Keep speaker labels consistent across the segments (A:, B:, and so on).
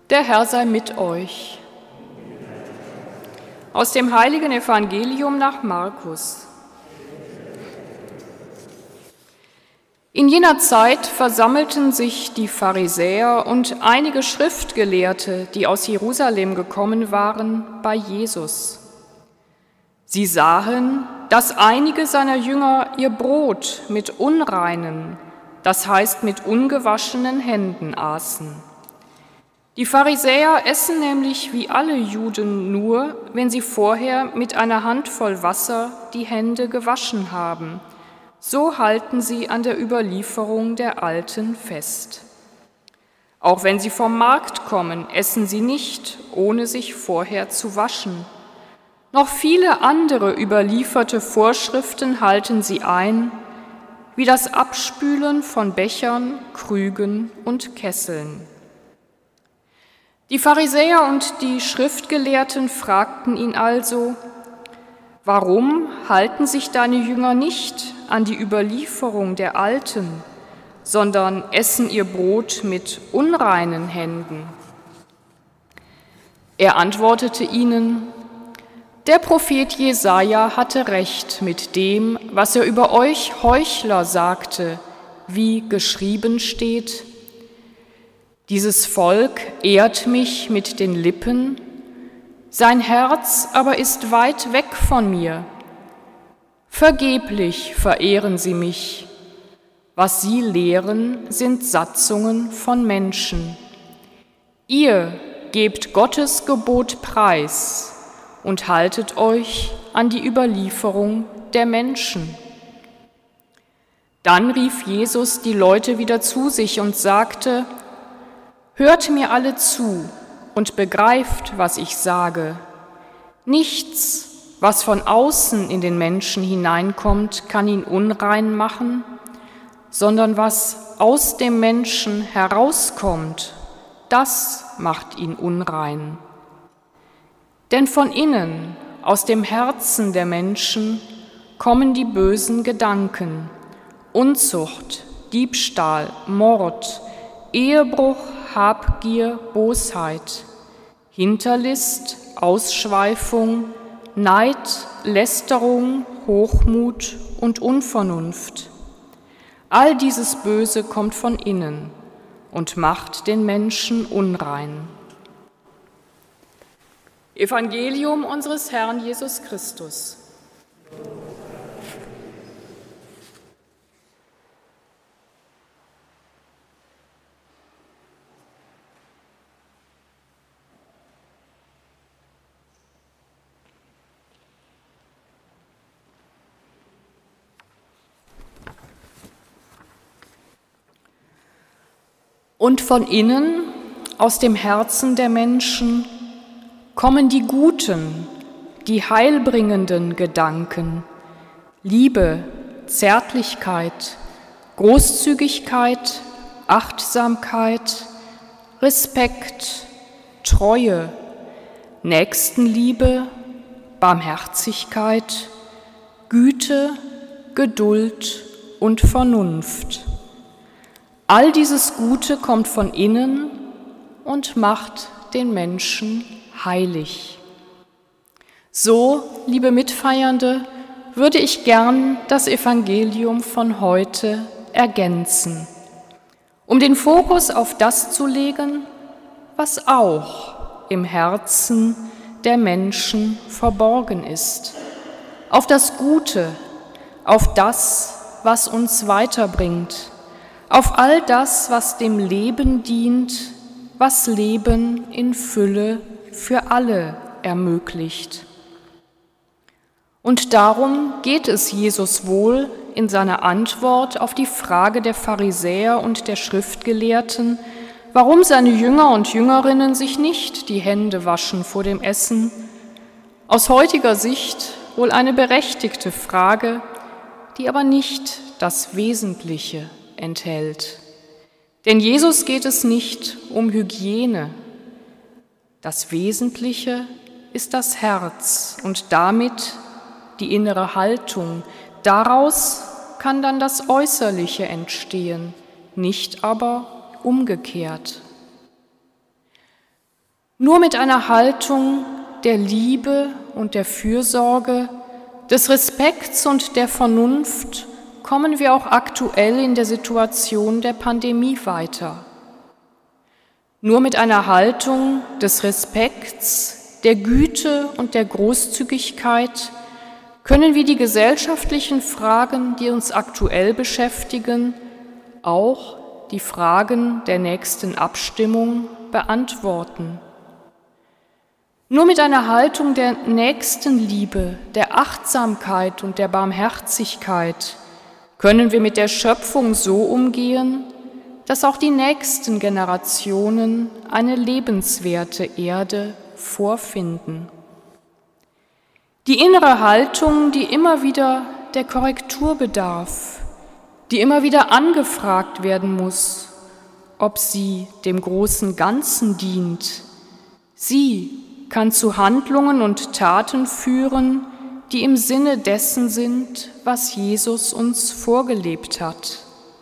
A: Der Herr sei mit euch. Aus dem heiligen Evangelium nach Markus. In jener Zeit versammelten sich die Pharisäer und einige Schriftgelehrte, die aus Jerusalem gekommen waren, bei Jesus. Sie sahen, dass einige seiner Jünger ihr Brot mit unreinen, das heißt mit ungewaschenen Händen aßen. Die Pharisäer essen nämlich wie alle Juden nur, wenn sie vorher mit einer Handvoll Wasser die Hände gewaschen haben. So halten sie an der Überlieferung der Alten fest. Auch wenn sie vom Markt kommen, essen sie nicht, ohne sich vorher zu waschen. Noch viele andere überlieferte Vorschriften halten sie ein, wie das Abspülen von Bechern, Krügen und Kesseln. Die Pharisäer und die Schriftgelehrten fragten ihn also: Warum halten sich deine Jünger nicht an die Überlieferung der Alten, sondern essen ihr Brot mit unreinen Händen? Er antwortete ihnen: Der Prophet Jesaja hatte recht mit dem, was er über euch Heuchler sagte, wie geschrieben steht: Dieses Volk ehrt mich mit den Lippen, sein Herz aber ist weit weg von mir. Vergeblich verehren sie mich. Was sie lehren, sind Satzungen von Menschen. Ihr gebt Gottes Gebot preis und haltet euch an die Überlieferung der Menschen. Dann rief Jesus die Leute wieder zu sich und sagte: Hört mir alle zu und begreift, was ich sage. Nichts, was von außen in den Menschen hineinkommt, kann ihn unrein machen, sondern was aus dem Menschen herauskommt, das macht ihn unrein. Denn von innen, aus dem Herzen der Menschen, kommen die bösen Gedanken: Unzucht, Diebstahl, Mord, Ehebruch, Habgier, Bosheit, Hinterlist, Ausschweifung, Neid, Lästerung, Hochmut und Unvernunft. All dieses Böse kommt von innen und macht den Menschen unrein. Evangelium unseres Herrn Jesus Christus. Und von innen, aus dem Herzen der Menschen, kommen die guten, die heilbringenden Gedanken: Liebe, Zärtlichkeit, Großzügigkeit, Achtsamkeit, Respekt, Treue, Nächstenliebe, Barmherzigkeit, Güte, Geduld und Vernunft. All dieses Gute kommt von innen und macht den Menschen heilig. So, liebe Mitfeiernde, würde ich gern das Evangelium von heute ergänzen, um den Fokus auf das zu legen, was auch im Herzen der Menschen verborgen ist, auf das Gute, auf das, was uns weiterbringt, auf all das, was dem Leben dient, was Leben in Fülle für alle ermöglicht. Und darum geht es Jesus wohl in seiner Antwort auf die Frage der Pharisäer und der Schriftgelehrten, warum seine Jünger und Jüngerinnen sich nicht die Hände waschen vor dem Essen. Aus heutiger Sicht wohl eine berechtigte Frage, die aber nicht das Wesentliche enthält. Denn Jesus geht es nicht um Hygiene. Das Wesentliche ist das Herz und damit die innere Haltung. Daraus kann dann das Äußerliche entstehen, nicht aber umgekehrt. Nur mit einer Haltung der Liebe und der Fürsorge, des Respekts und der Vernunft kommen wir auch aktuell in der Situation der Pandemie weiter. Nur mit einer Haltung des Respekts, der Güte und der Großzügigkeit können wir die gesellschaftlichen Fragen, die uns aktuell beschäftigen, auch die Fragen der nächsten Abstimmung beantworten. Nur mit einer Haltung der Nächstenliebe, der Achtsamkeit und der Barmherzigkeit können wir mit der Schöpfung so umgehen, dass auch die nächsten Generationen eine lebenswerte Erde vorfinden. Die innere Haltung, die immer wieder der Korrektur bedarf, die immer wieder angefragt werden muss, ob sie dem großen Ganzen dient, sie kann zu Handlungen und Taten führen, die im Sinne dessen sind, was Jesus uns vorgelebt hat.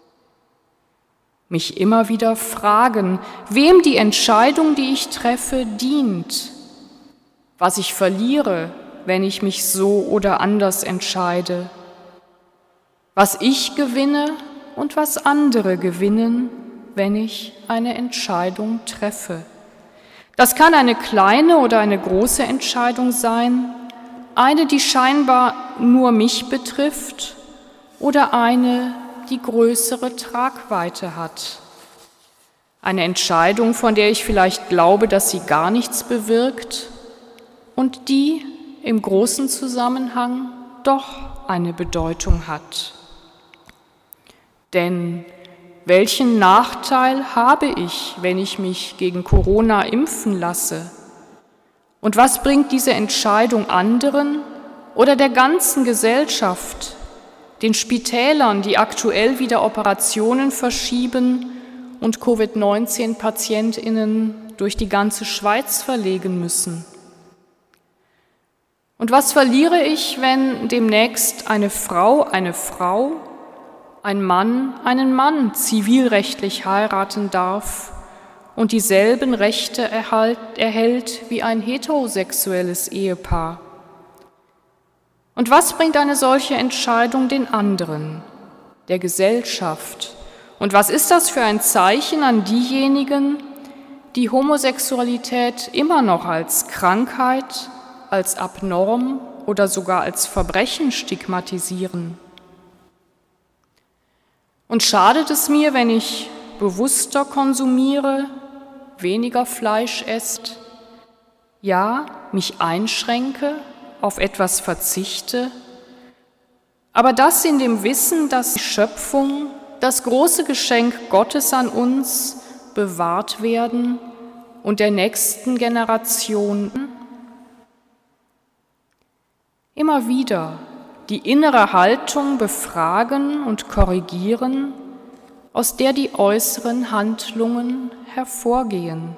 A: Mich immer wieder fragen, wem die Entscheidung, die ich treffe, dient, was ich verliere, wenn ich mich so oder anders entscheide, was ich gewinne und was andere gewinnen, wenn ich eine Entscheidung treffe. Das kann eine kleine oder eine große Entscheidung sein, eine, die scheinbar nur mich betrifft oder eine, die größere Tragweite hat. Eine Entscheidung, von der ich vielleicht glaube, dass sie gar nichts bewirkt und die im großen Zusammenhang doch eine Bedeutung hat. Denn welchen Nachteil habe ich, wenn ich mich gegen Corona impfen lasse? Und was bringt diese Entscheidung anderen oder der ganzen Gesellschaft, den Spitälern, die aktuell wieder Operationen verschieben und Covid-19-PatientInnen durch die ganze Schweiz verlegen müssen? Und was verliere ich, wenn demnächst eine Frau, ein Mann einen Mann zivilrechtlich heiraten darf und dieselben Rechte erhält wie ein heterosexuelles Ehepaar? Und was bringt eine solche Entscheidung den anderen, der Gesellschaft? Und was ist das für ein Zeichen an diejenigen, die Homosexualität immer noch als Krankheit, als abnorm oder sogar als Verbrechen stigmatisieren? Und schadet es mir, wenn ich bewusster konsumiere, weniger Fleisch esse, ja, mich einschränke, auf etwas verzichte, aber das in dem Wissen, dass die Schöpfung, das große Geschenk Gottes an uns bewahrt werden und der nächsten Generation immer wieder die innere Haltung befragen und korrigieren, aus der die äußeren Handlungen hervorgehen.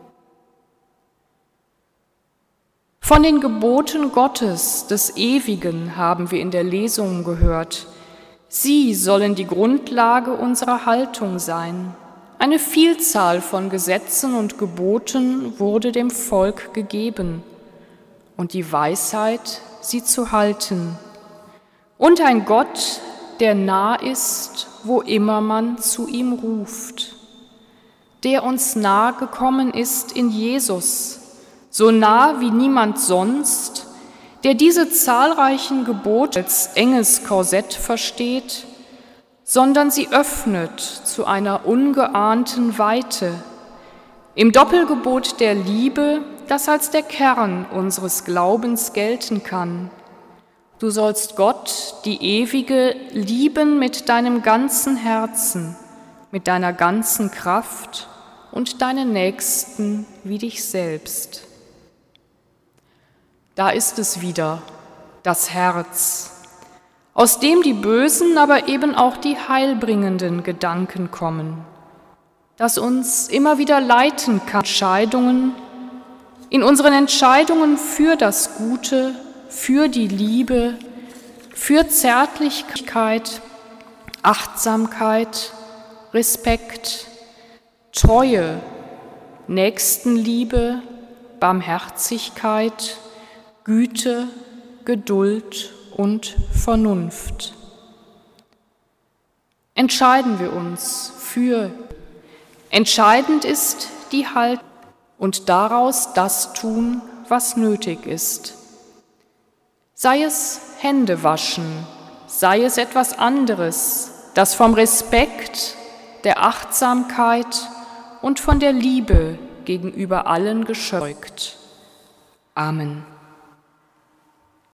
A: Von den Geboten Gottes, des Ewigen, haben wir in der Lesung gehört. Sie sollen die Grundlage unserer Haltung sein. Eine Vielzahl von Gesetzen und Geboten wurde dem Volk gegeben und die Weisheit, sie zu halten. Und ein Gott, der nah ist, wo immer man zu ihm ruft, der uns nahe gekommen ist in Jesus, so nah wie niemand sonst, der diese zahlreichen Gebote als enges Korsett versteht, sondern sie öffnet zu einer ungeahnten Weite, im Doppelgebot der Liebe, das als der Kern unseres Glaubens gelten kann. Du sollst Gott, die Ewige, lieben mit deinem ganzen Herzen, mit deiner ganzen Kraft und deinen Nächsten wie dich selbst. Da ist es wieder, das Herz, aus dem die bösen, aber eben auch die heilbringenden Gedanken kommen, das uns immer wieder leiten kann, in unseren Entscheidungen für das Gute, für die Liebe, für Zärtlichkeit, Achtsamkeit, Respekt, Treue, Nächstenliebe, Barmherzigkeit, Güte, Geduld und Vernunft. Entscheiden wir uns für. Entscheidend ist die Haltung und daraus das tun, was nötig ist. Sei es Hände waschen, sei es etwas anderes, das vom Respekt, der Achtsamkeit und von der Liebe gegenüber allen gescheucht. Amen.